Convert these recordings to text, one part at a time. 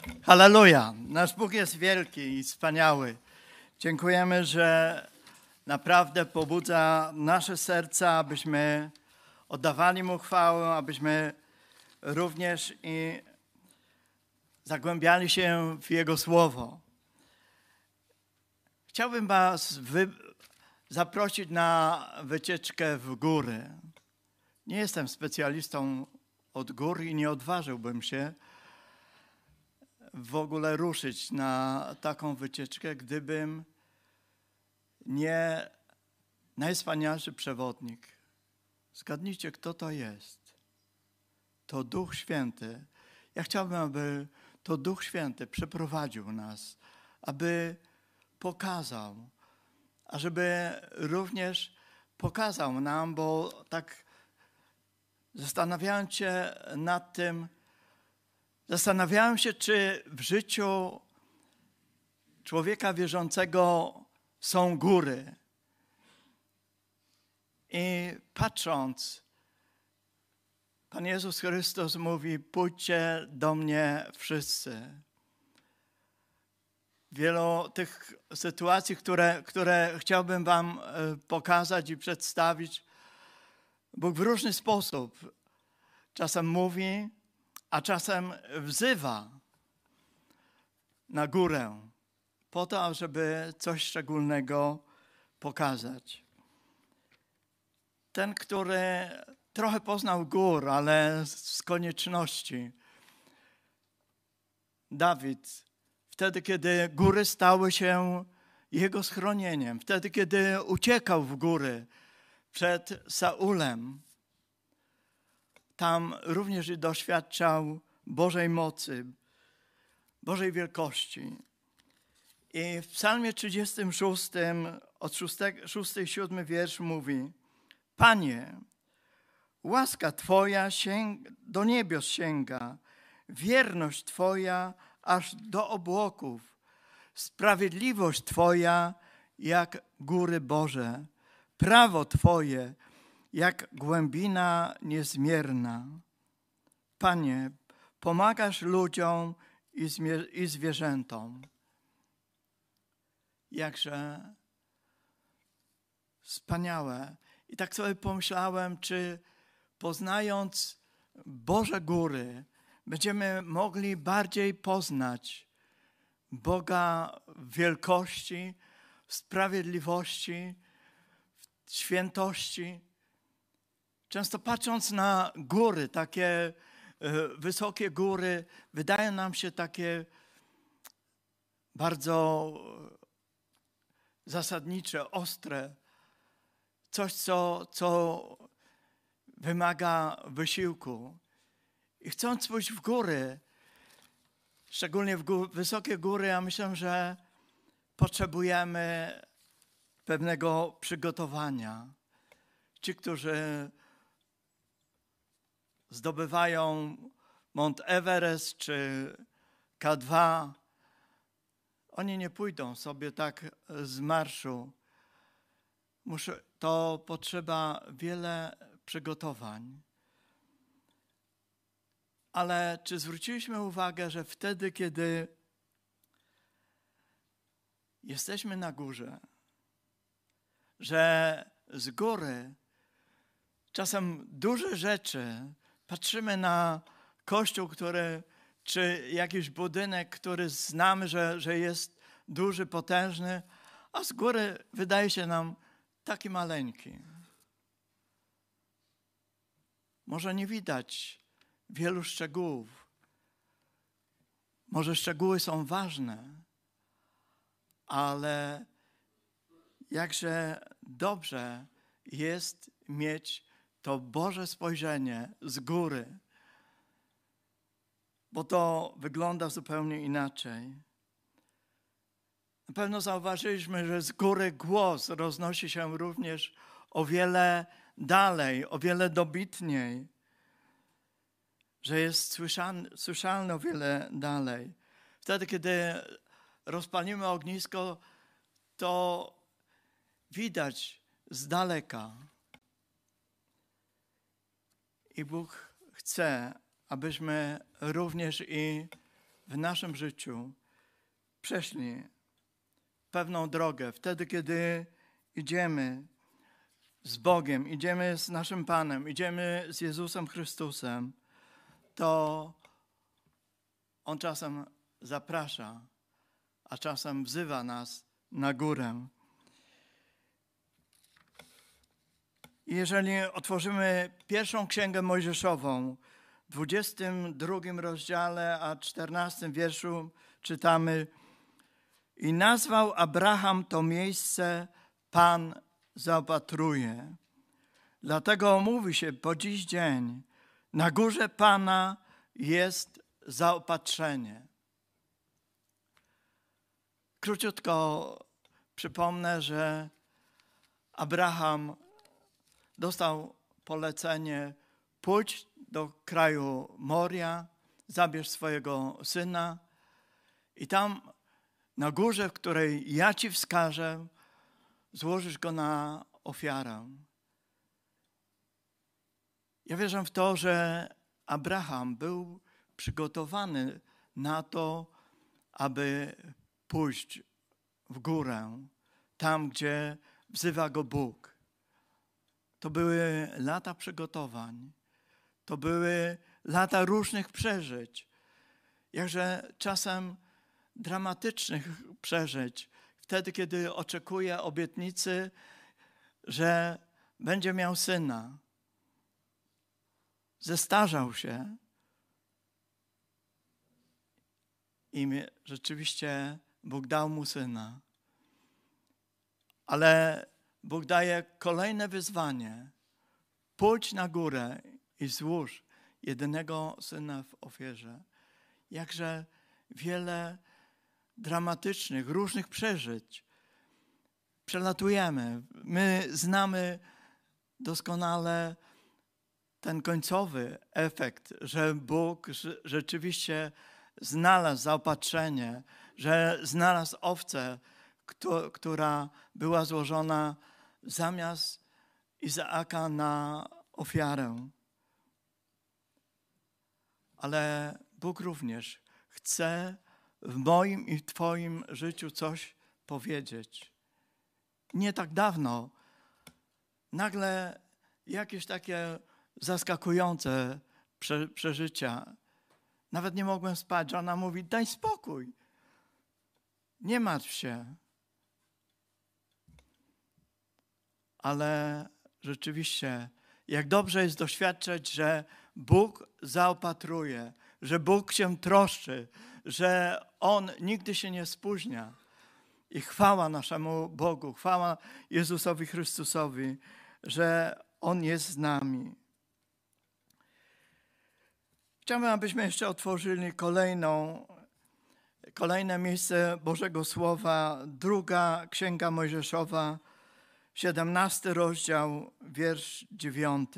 Halleluja! Nasz Bóg jest wielki i wspaniały. Dziękujemy, że naprawdę pobudza nasze serca, abyśmy oddawali Mu chwałę, abyśmy również i zagłębiali się w Jego Słowo. Chciałbym Was zaprosić na wycieczkę w góry. Nie jestem specjalistą od gór i nie odważyłbym się w ogóle ruszyć na taką wycieczkę, gdybym nie najwspanialszy przewodnik. Zgadnijcie, kto to jest. To Duch Święty. Ja chciałbym, aby to Duch Święty przeprowadził nas, aby pokazał, ażeby również pokazał nam, bo tak zastanawiałem się nad tym, czy w życiu człowieka wierzącego są góry. I patrząc, Pan Jezus Chrystus mówi: pójdźcie do mnie wszyscy. Wielu tych sytuacji, które chciałbym Wam pokazać i przedstawić, Bóg w różny sposób czasem mówi, a czasem wzywa na górę po to, żeby coś szczególnego pokazać. Ten, który trochę poznał gór, ale z konieczności. Dawid, wtedy, kiedy góry stały się jego schronieniem, wtedy, kiedy uciekał w góry przed Saulem, tam również doświadczał Bożej mocy, Bożej wielkości. I w Psalmie 36 od 6 i 7 wiersz mówi: Panie, łaska Twoja do niebios sięga, wierność Twoja aż do obłoków, sprawiedliwość Twoja jak góry Boże, prawo Twoje jak głębina niezmierna. Panie, pomagasz ludziom i zwierzętom. Jakże wspaniałe. I tak sobie pomyślałem, czy poznając Boże góry, będziemy mogli bardziej poznać Boga w wielkości, w sprawiedliwości, w świętości. Często patrząc na góry, takie wysokie góry, wydają nam się takie bardzo zasadnicze, ostre. Coś, co wymaga wysiłku. I chcąc pójść w góry, szczególnie w wysokie góry, ja myślę, że potrzebujemy pewnego przygotowania. Ci, którzy zdobywają Mount Everest czy K2, oni nie pójdą sobie tak z marszu. To potrzeba wiele przygotowań. Ale czy zwróciliśmy uwagę, że wtedy, kiedy jesteśmy na górze, że z góry czasem duże rzeczy, patrzymy na kościół, czy jakiś budynek, który znamy, że jest duży, potężny, a z góry wydaje się nam taki maleńki. Może nie widać wielu szczegółów. Może szczegóły są ważne, ale jakże dobrze jest mieć to Boże spojrzenie z góry, bo to wygląda zupełnie inaczej. Na pewno zauważyliśmy, że z góry głos roznosi się również o wiele dalej, o wiele dobitniej, że jest słyszalny o wiele dalej. Wtedy, kiedy rozpalimy ognisko, to widać z daleka. I Bóg chce, abyśmy również i w naszym życiu przeszli pewną drogę, wtedy, kiedy idziemy z Bogiem, idziemy z naszym Panem, idziemy z Jezusem Chrystusem, to On czasem zaprasza, a czasem wzywa nas na górę. I jeżeli otworzymy pierwszą Księgę Mojżeszową, w 22 rozdziale, a 14 wierszu czytamy: i nazwał Abraham to miejsce Pan zaopatruje. Dlatego mówi się po dziś dzień, na górze Pana jest zaopatrzenie. Króciutko przypomnę, że Abraham dostał polecenie: pójdź do kraju Moria, zabierz swojego syna i tam na górze, w której ja ci wskażę, złożysz go na ofiarę. Ja wierzę w to, że Abraham był przygotowany na to, aby pójść w górę, tam, gdzie wzywa go Bóg. To były lata przygotowań, to były lata różnych przeżyć, jakże czasem dramatycznych przeżyć, wtedy, kiedy oczekuje obietnicy, że będzie miał syna. Zestarzał się i rzeczywiście Bóg dał mu syna. Ale Bóg daje kolejne wyzwanie. Pójdź na górę i złóż jedynego syna w ofierze. Jakże wiele dramatycznych, różnych przeżyć przelatujemy. My znamy doskonale ten końcowy efekt, że Bóg rzeczywiście znalazł zaopatrzenie, że znalazł owcę, która była złożona zamiast Izaaka na ofiarę. Ale Bóg również chce w moim i w Twoim życiu coś powiedzieć. Nie tak dawno nagle jakieś takie zaskakujące przeżycia. Nawet nie mogłem spać. Żona mówi: daj spokój, nie martw się. Ale rzeczywiście, jak dobrze jest doświadczać, że Bóg zaopatruje, że Bóg się troszczy, że On nigdy się nie spóźnia. I chwała naszemu Bogu, chwała Jezusowi Chrystusowi, że On jest z nami. Chciałbym, abyśmy jeszcze otworzyli kolejne miejsce Bożego Słowa. Druga Księga Mojżeszowa, 17 rozdział, wiersz 9.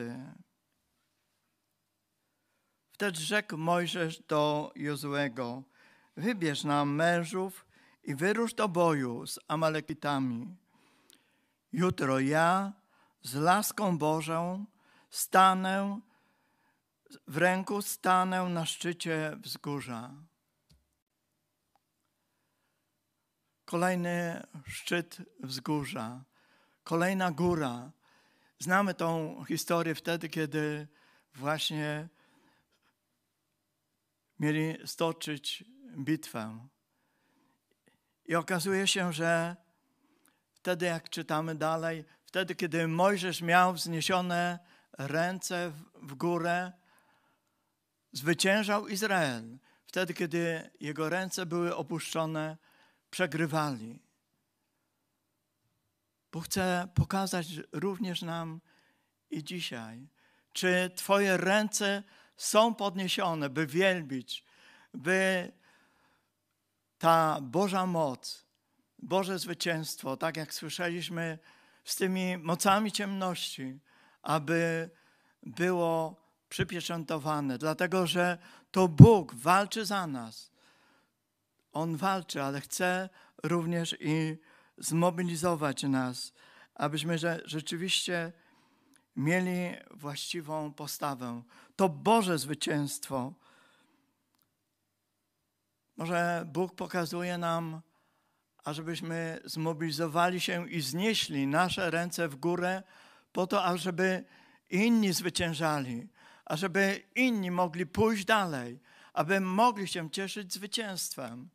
Wtedy rzekł Mojżesz do Jozuego: wybierz nam mężów i wyrusz do boju z Amalekitami. Jutro ja z laską Bożą w ręku stanę na szczycie wzgórza. Kolejny szczyt wzgórza, kolejna góra. Znamy tą historię wtedy, kiedy właśnie mieli stoczyć bitwę. I okazuje się, że wtedy, jak czytamy dalej, wtedy, kiedy Mojżesz miał wzniesione ręce w górę, zwyciężał Izrael. Wtedy, kiedy jego ręce były opuszczone, przegrywali. Bóg chce pokazać również nam i dzisiaj, czy Twoje ręce są podniesione, by wielbić, by ta Boża moc, Boże zwycięstwo, tak jak słyszeliśmy, z tymi mocami ciemności, aby było przypieczętowane, dlatego że to Bóg walczy za nas. On walczy, ale chce również i zmobilizować nas, abyśmy rzeczywiście mieli właściwą postawę. To Boże zwycięstwo. Może Bóg pokazuje nam, ażebyśmy zmobilizowali się i znieśli nasze ręce w górę po to, ażeby inni zwyciężali, ażeby inni mogli pójść dalej, aby mogli się cieszyć zwycięstwem.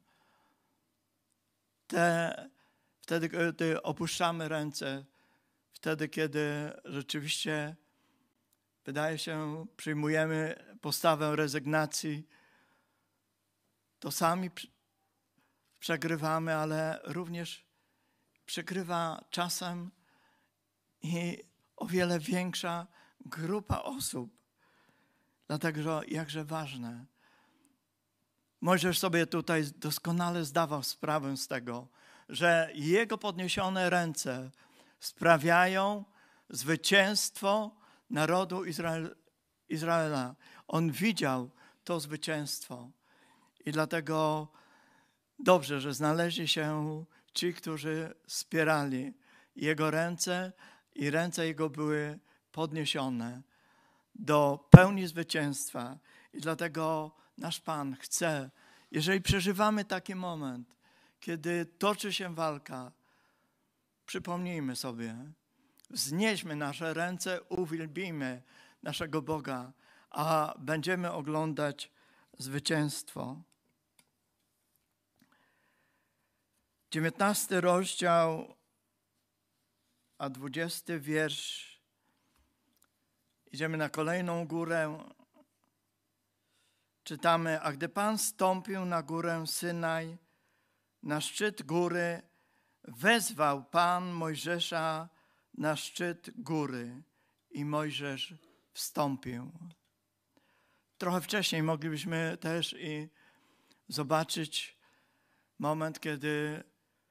Wtedy, kiedy opuszczamy ręce, wtedy, kiedy rzeczywiście, wydaje się, przyjmujemy postawę rezygnacji, to sami przegrywamy, ale również przegrywa czasem i o wiele większa grupa osób. Dlatego jakże ważne. Mojżesz sobie tutaj doskonale zdawał sprawę z tego, że jego podniesione ręce sprawiają zwycięstwo narodu Izraela. On widział to zwycięstwo i dlatego dobrze, że znaleźli się ci, którzy wspierali jego ręce i ręce jego były podniesione do pełni zwycięstwa. I dlatego nasz Pan chce, jeżeli przeżywamy taki moment, kiedy toczy się walka, przypomnijmy sobie, wznieśmy nasze ręce, uwielbijmy naszego Boga, a będziemy oglądać zwycięstwo. 19 rozdział, a 20 wiersz. Idziemy na kolejną górę. Czytamy, a gdy Pan stąpił na górę Synaj, na szczyt góry, wezwał Pan Mojżesza na szczyt góry i Mojżesz wstąpił. Trochę wcześniej moglibyśmy też i zobaczyć moment, kiedy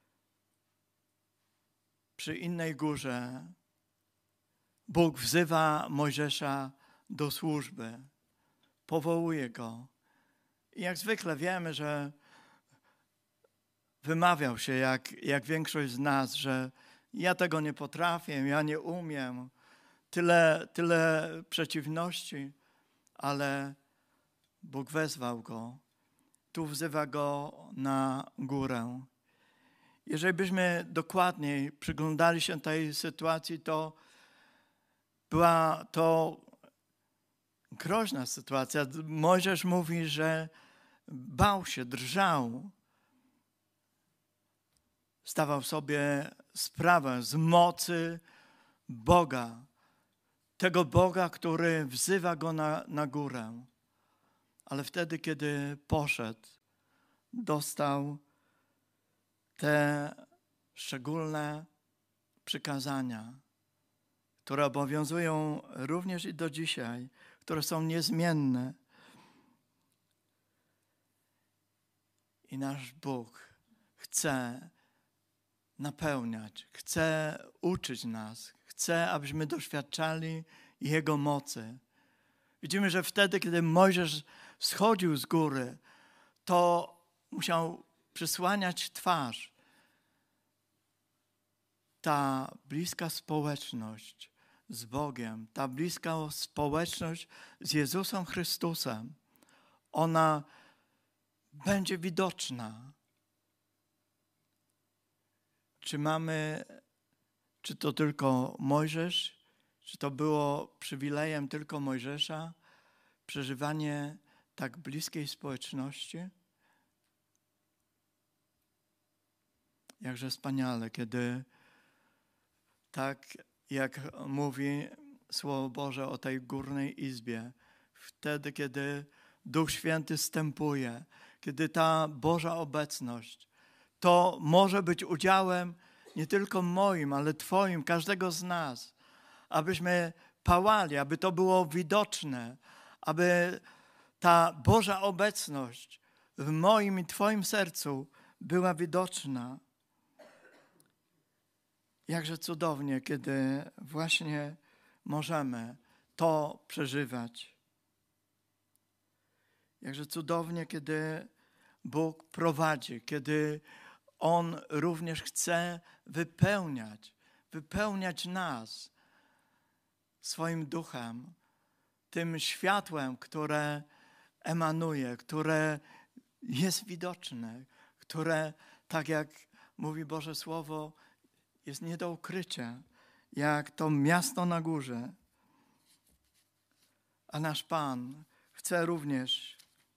przy innej górze Bóg wzywa Mojżesza do służby, powołuje go. I jak zwykle wiemy, że wymawiał się jak większość z nas, że ja tego nie potrafię, ja nie umiem, tyle przeciwności, ale Bóg wezwał go, tu wzywa go na górę. Jeżeli byśmy dokładniej przyglądali się tej sytuacji, to była to groźna sytuacja. Mojżesz mówi, że bał się, drżał. Zdawał sobie sprawę z mocy Boga, tego Boga, który wzywa go na górę. Ale wtedy, kiedy poszedł, dostał te szczególne przykazania, które obowiązują również i do dzisiaj, które są niezmienne. I nasz Bóg chce napełniać, chce uczyć nas, chce, abyśmy doświadczali Jego mocy. Widzimy, że wtedy, kiedy Mojżesz schodził z góry, to musiał przysłaniać twarz. Ta bliska społeczność z Bogiem, ta bliska społeczność z Jezusem Chrystusem, ona będzie widoczna. Czy to tylko Mojżesz, czy to było przywilejem tylko Mojżesza, przeżywanie tak bliskiej społeczności? Jakże wspaniale, kiedy tak jak mówi Słowo Boże o tej górnej izbie, wtedy, kiedy Duch Święty zstępuje, kiedy ta Boża obecność, to może być udziałem nie tylko moim, ale Twoim, każdego z nas, abyśmy pałali, aby to było widoczne, aby ta Boża obecność w moim i Twoim sercu była widoczna. Jakże cudownie, kiedy właśnie możemy to przeżywać. Jakże cudownie, kiedy Bóg prowadzi, kiedy On również chce wypełniać nas swoim duchem, tym światłem, które emanuje, które jest widoczne, które, tak jak mówi Boże Słowo, jest nie do ukrycia, jak to miasto na górze. A nasz Pan chce również,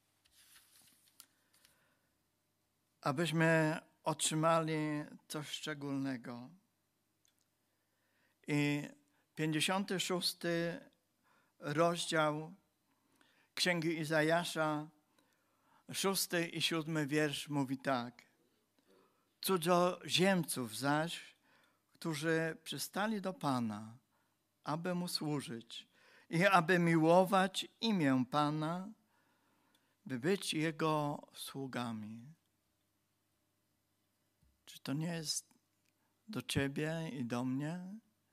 abyśmy otrzymali coś szczególnego. I 56 rozdział Księgi Izajasza, 6 i 7 wiersz mówi tak. Cudzoziemców zaś, którzy przystali do Pana, aby Mu służyć i aby miłować imię Pana, by być Jego sługami. Czy to nie jest do Ciebie i do mnie?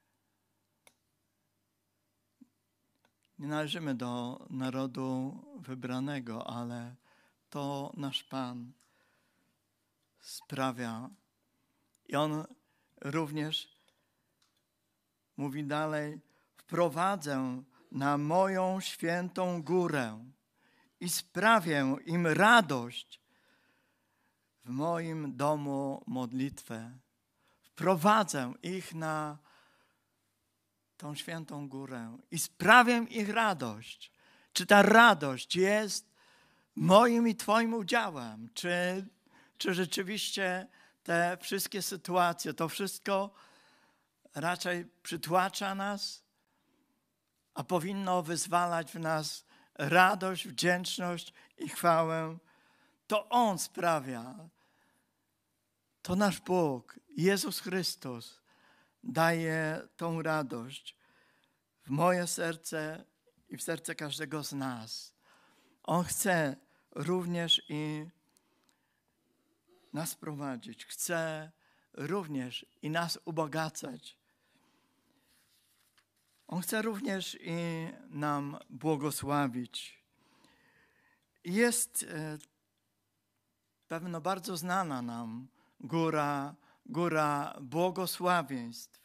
Nie należymy do narodu wybranego, ale to nasz Pan sprawia. I On również mówi dalej, wprowadzę na moją świętą górę i sprawię im radość w moim domu modlitwę. Wprowadzę ich na tą świętą górę i sprawię ich radość. Czy ta radość jest moim i Twoim udziałem? Czy rzeczywiście te wszystkie sytuacje, to wszystko raczej przytłacza nas, a powinno wyzwalać w nas radość, wdzięczność i chwałę? To On sprawia. To nasz Bóg, Jezus Chrystus, daje tą radość w moje serce i w serce każdego z nas. On chce również i nas prowadzić. Chce również i nas ubogacać. On chce również i nam błogosławić. Jest pewno bardzo znana nam góra błogosławieństw.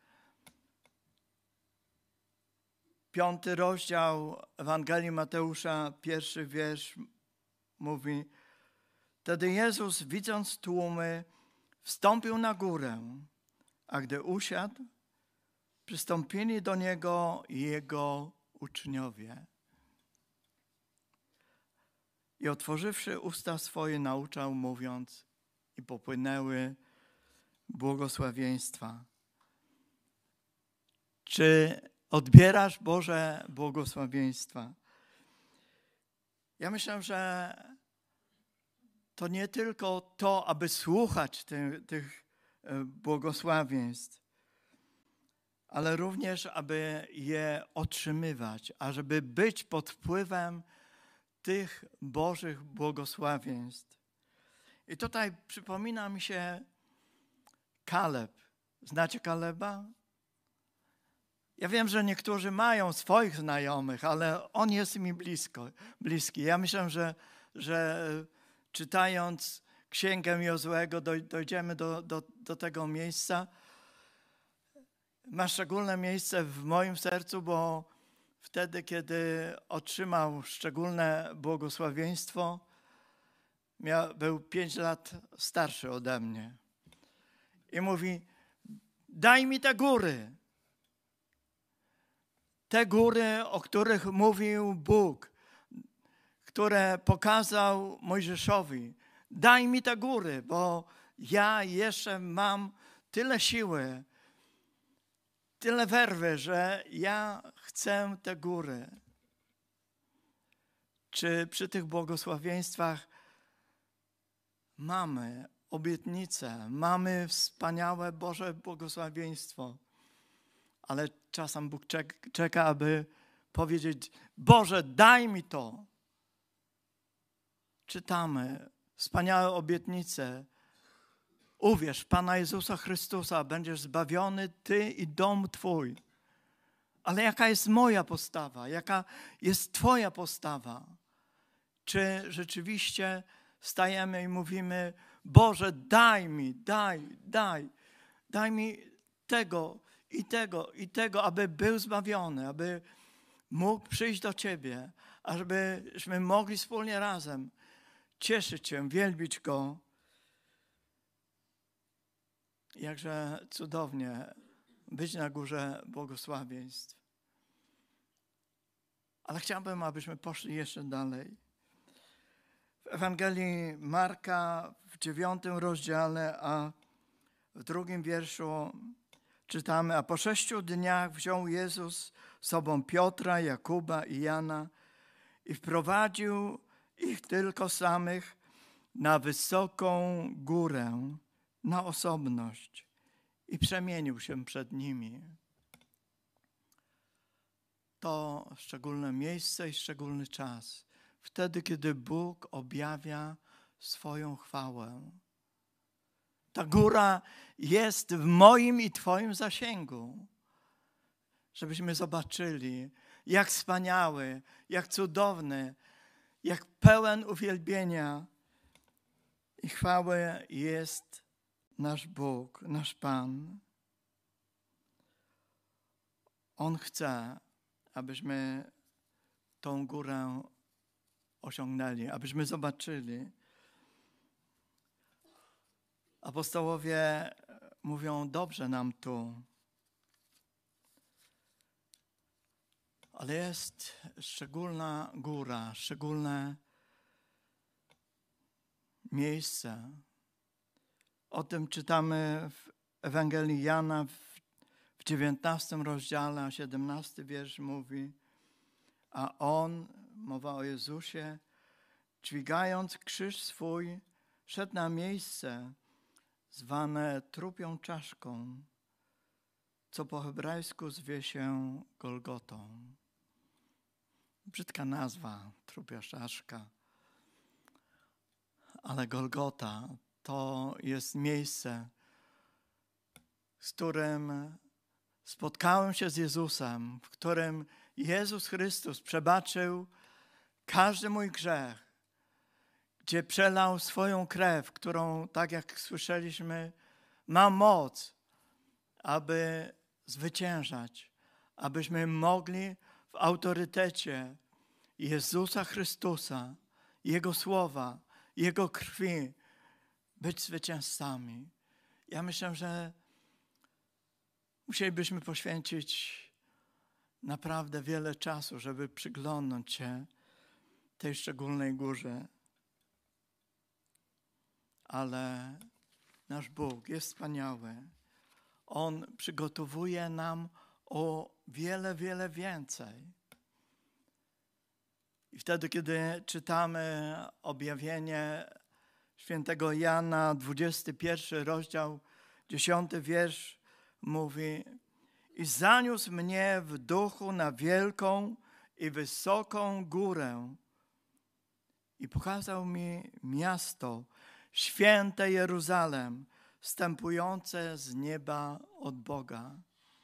5 rozdział Ewangelii Mateusza, 1 wiersz mówi: Wtedy Jezus, widząc tłumy, wstąpił na górę, a gdy usiadł, przystąpili do Niego Jego uczniowie. I otworzywszy usta swoje, nauczał, mówiąc, i popłynęły błogosławieństwa. Czy odbierasz Boże błogosławieństwa? Ja myślę, że to nie tylko to, aby słuchać tych błogosławieństw, ale również, aby je otrzymywać, ażeby być pod wpływem tych Bożych błogosławieństw. I tutaj przypomina mi się Kaleb. Znacie Kaleba? Ja wiem, że niektórzy mają swoich znajomych, ale on jest mi bliski. Ja myślę, że czytając Księgę Jozłego dojdziemy do tego miejsca. Ma szczególne miejsce w moim sercu, bo wtedy, kiedy otrzymał szczególne błogosławieństwo, był 5 lat starszy ode mnie. I mówi, daj mi te góry. Te góry, o których mówił Bóg, które pokazał Mojżeszowi. Daj mi te góry, bo ja jeszcze mam tyle siły, tyle werwy, że ja chcę te góry. Czy przy tych błogosławieństwach mamy obietnicę, mamy wspaniałe Boże błogosławieństwo, ale czasem Bóg czeka, aby powiedzieć, Boże, daj mi to. Czytamy wspaniałe obietnice. Uwierz w Pana Jezusa Chrystusa, będziesz zbawiony Ty i dom Twój. Ale jaka jest moja postawa? Jaka jest Twoja postawa? Czy rzeczywiście stajemy i mówimy, Boże, daj mi, daj mi tego i tego, aby był zbawiony, aby mógł przyjść do Ciebie, abyśmy mogli wspólnie razem cieszyć się, wielbić Go. Jakże cudownie być na górze błogosławieństw. Ale chciałbym, abyśmy poszli jeszcze dalej. W Ewangelii Marka w 9 rozdziale, a w 2 wierszu czytamy: a po 6 dniach wziął Jezus z sobą Piotra, Jakuba i Jana i wprowadził ich tylko samych na wysoką górę, na osobność i przemienił się przed nimi. To szczególne miejsce i szczególny czas. Wtedy, kiedy Bóg objawia swoją chwałę. Ta góra jest w moim i Twoim zasięgu. Żebyśmy zobaczyli, jak wspaniały, jak cudowny, jak pełen uwielbienia i chwały jest nasz Bóg, nasz Pan. On chce, abyśmy tą górę osiągnęli, abyśmy zobaczyli. Apostołowie mówią: dobrze nam tu. Ale jest szczególna góra, szczególne miejsce. O tym czytamy w Ewangelii Jana w 19 rozdziale, a 17 wiersz mówi: a On, mowa o Jezusie, dźwigając krzyż swój, szedł na miejsce zwane trupią czaszką, co po hebrajsku zwie się Golgotą. Brzydka nazwa, trupia czaszka. Ale Golgota to jest miejsce, z którym spotkałem się z Jezusem, w którym Jezus Chrystus przebaczył każdy mój grzech, gdzie przelał swoją krew, którą, tak jak słyszeliśmy, ma moc, aby zwyciężać, abyśmy mogli w autorytecie Jezusa Chrystusa, Jego słowa, Jego krwi być zwycięzcami. Ja myślę, że musielibyśmy poświęcić naprawdę wiele czasu, żeby przyglądnąć się tej szczególnej górze. Ale nasz Bóg jest wspaniały. On przygotowuje nam o wiele, wiele więcej. I wtedy, kiedy czytamy objawienie świętego Jana, 21 rozdział, 10 wiersz, mówi: i zaniósł mnie w duchu na wielką i wysoką górę i pokazał mi miasto, święte Jeruzalem, wstępujące z nieba od Boga.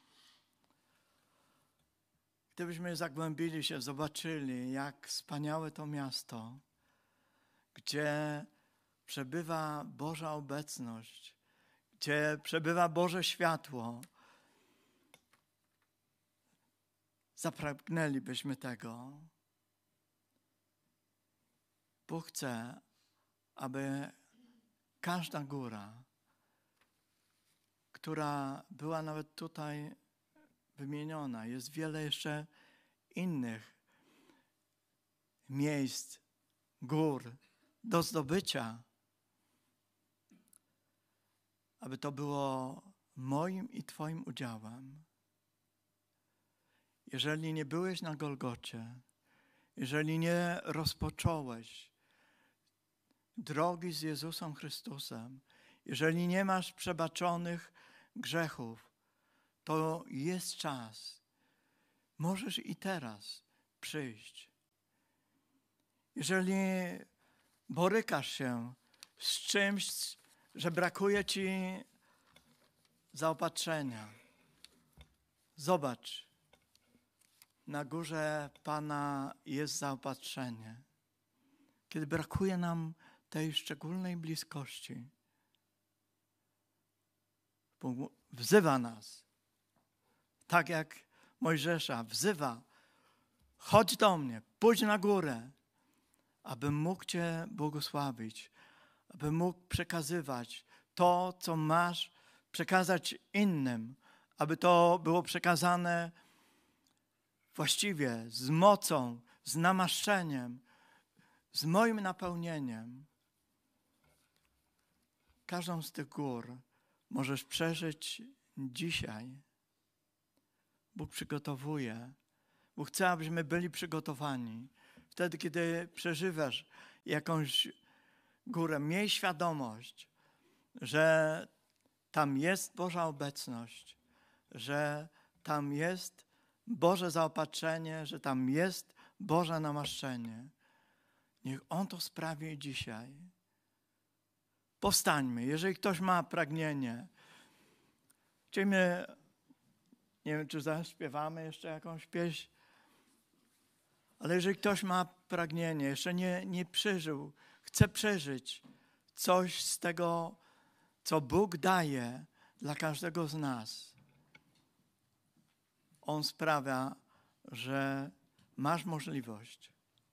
Gdybyśmy zagłębili się, zobaczyli, jak wspaniałe to miasto, gdzie przebywa Boża obecność, gdzie przebywa Boże światło, zapragnęlibyśmy tego. Bóg chce, aby każda góra, która była nawet tutaj wymieniona, jest wiele jeszcze innych miejsc, gór do zdobycia, aby to było moim i Twoim udziałem. Jeżeli nie byłeś na Golgocie, jeżeli nie rozpocząłeś drogi z Jezusem Chrystusem, jeżeli nie masz przebaczonych grzechów, to jest czas. Możesz i teraz przyjść. Jeżeli borykasz się z czymś, że brakuje ci zaopatrzenia, zobacz, na górze Pana jest zaopatrzenie. Kiedy brakuje nam tej szczególnej bliskości, Bóg wzywa nas, tak jak Mojżesza wzywa: chodź do mnie, pójdź na górę, abym mógł Cię błogosławić, abym mógł przekazywać to, co masz, przekazać innym, aby to było przekazane właściwie, z mocą, z namaszczeniem, z moim napełnieniem. Każdą z tych gór możesz przeżyć dzisiaj. Bóg przygotowuje. Bóg chce, abyśmy byli przygotowani. Wtedy, kiedy przeżywasz jakąś górę, miej świadomość, że tam jest Boża obecność, że tam jest Boże zaopatrzenie, że tam jest Boże namaszczenie. Niech On to sprawi dzisiaj. Powstańmy, jeżeli ktoś ma pragnienie. Chcielibyśmy, nie wiem, czy zaśpiewamy jeszcze jakąś pieśń, ale jeżeli ktoś ma pragnienie, jeszcze nie przeżył, chce przeżyć coś z tego, co Bóg daje dla każdego z nas, On sprawia, że masz możliwość.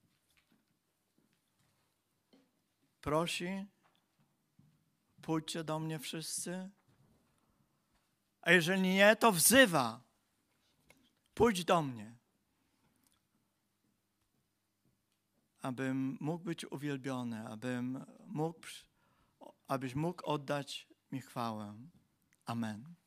Prosi, pójdźcie do mnie wszyscy, a jeżeli nie, to wzywa, pójdź do mnie, abym mógł być uwielbiony, abyś mógł oddać mi chwałę. Amen.